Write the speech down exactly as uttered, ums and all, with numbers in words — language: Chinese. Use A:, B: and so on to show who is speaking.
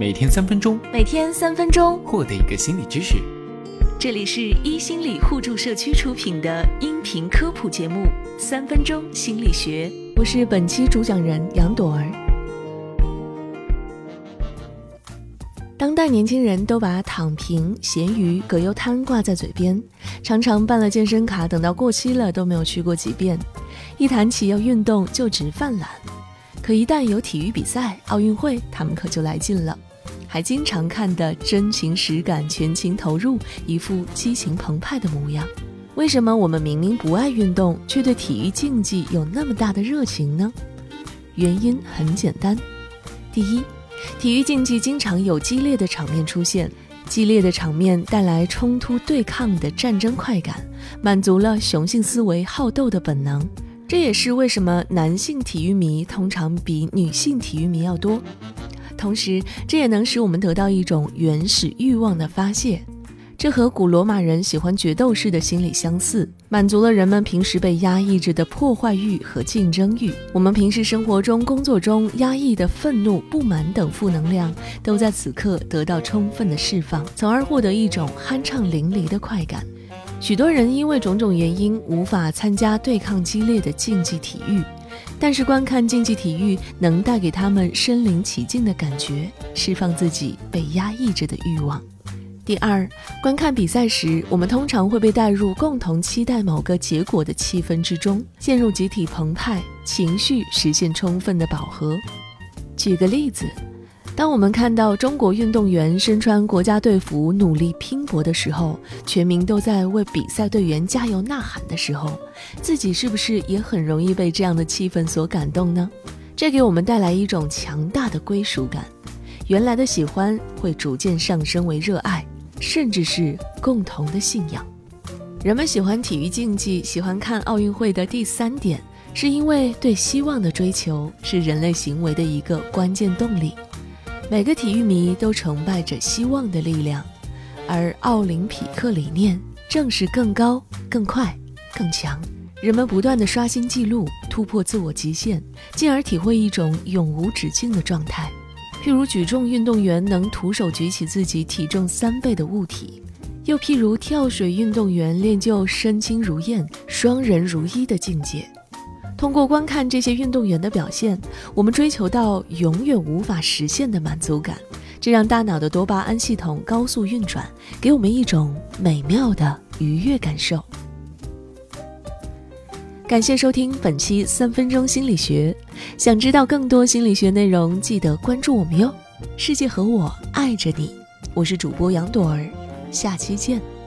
A: 每天三分钟，
B: 每天三分钟，
A: 获得一个心理知识。
B: 这里是一心理互助社区出品的音频科普节目《三分钟心理学》，
C: 我是本期主讲人杨朵儿。当代年轻人都把躺平、咸鱼、葛优瘫挂在嘴边，常常办了健身卡，等到过期了都没有去过几遍。一谈起要运动就直犯懒，可一旦有体育比赛、奥运会，他们可就来劲了，还经常看得真情实感、全情投入，一副激情澎湃的模样。为什么我们明明不爱运动，却对体育竞技有那么大的热情呢？原因很简单，第一，体育竞技经常有激烈的场面出现，激烈的场面带来冲突对抗的战争快感，满足了雄性思维好斗的本能。这也是为什么男性体育迷通常比女性体育迷要多。同时，这也能使我们得到一种原始欲望的发泄。这和古罗马人喜欢决斗士的心理相似，满足了人们平时被压抑着的破坏欲和竞争欲。我们平时生活中、工作中压抑的愤怒、不满等负能量，都在此刻得到充分的释放，从而获得一种酣畅淋漓的快感。许多人因为种种原因无法参加对抗激烈的竞技体育，但是观看竞技体育能带给他们身临其境的感觉，释放自己被压抑着的欲望。第二，观看比赛时，我们通常会被带入共同期待某个结果的气氛之中，陷入集体澎湃，情绪实现充分的饱和。举个例子，当我们看到中国运动员身穿国家队服努力拼搏的时候，全民都在为比赛队员加油呐喊的时候，自己是不是也很容易被这样的气氛所感动呢？这给我们带来一种强大的归属感，原来的喜欢会逐渐上升为热爱，甚至是共同的信仰。人们喜欢体育竞技，喜欢看奥运会的第三点，是因为对希望的追求是人类行为的一个关键动力。每个体育迷都崇拜着希望的力量，而奥林匹克理念正是更高、更快、更强。人们不断地刷新纪录，突破自我极限，进而体会一种永无止境的状态。譬如举重运动员能徒手举起自己体重三倍的物体，又譬如跳水运动员练就身轻如燕、双人如一的境界。通过观看这些运动员的表现，我们追求到永远无法实现的满足感，这让大脑的多巴胺系统高速运转，给我们一种美妙的愉悦感受。感谢收听本期三分钟心理学，想知道更多心理学内容，记得关注我们哟。世界和我爱着你，我是主播杨朵儿，下期见。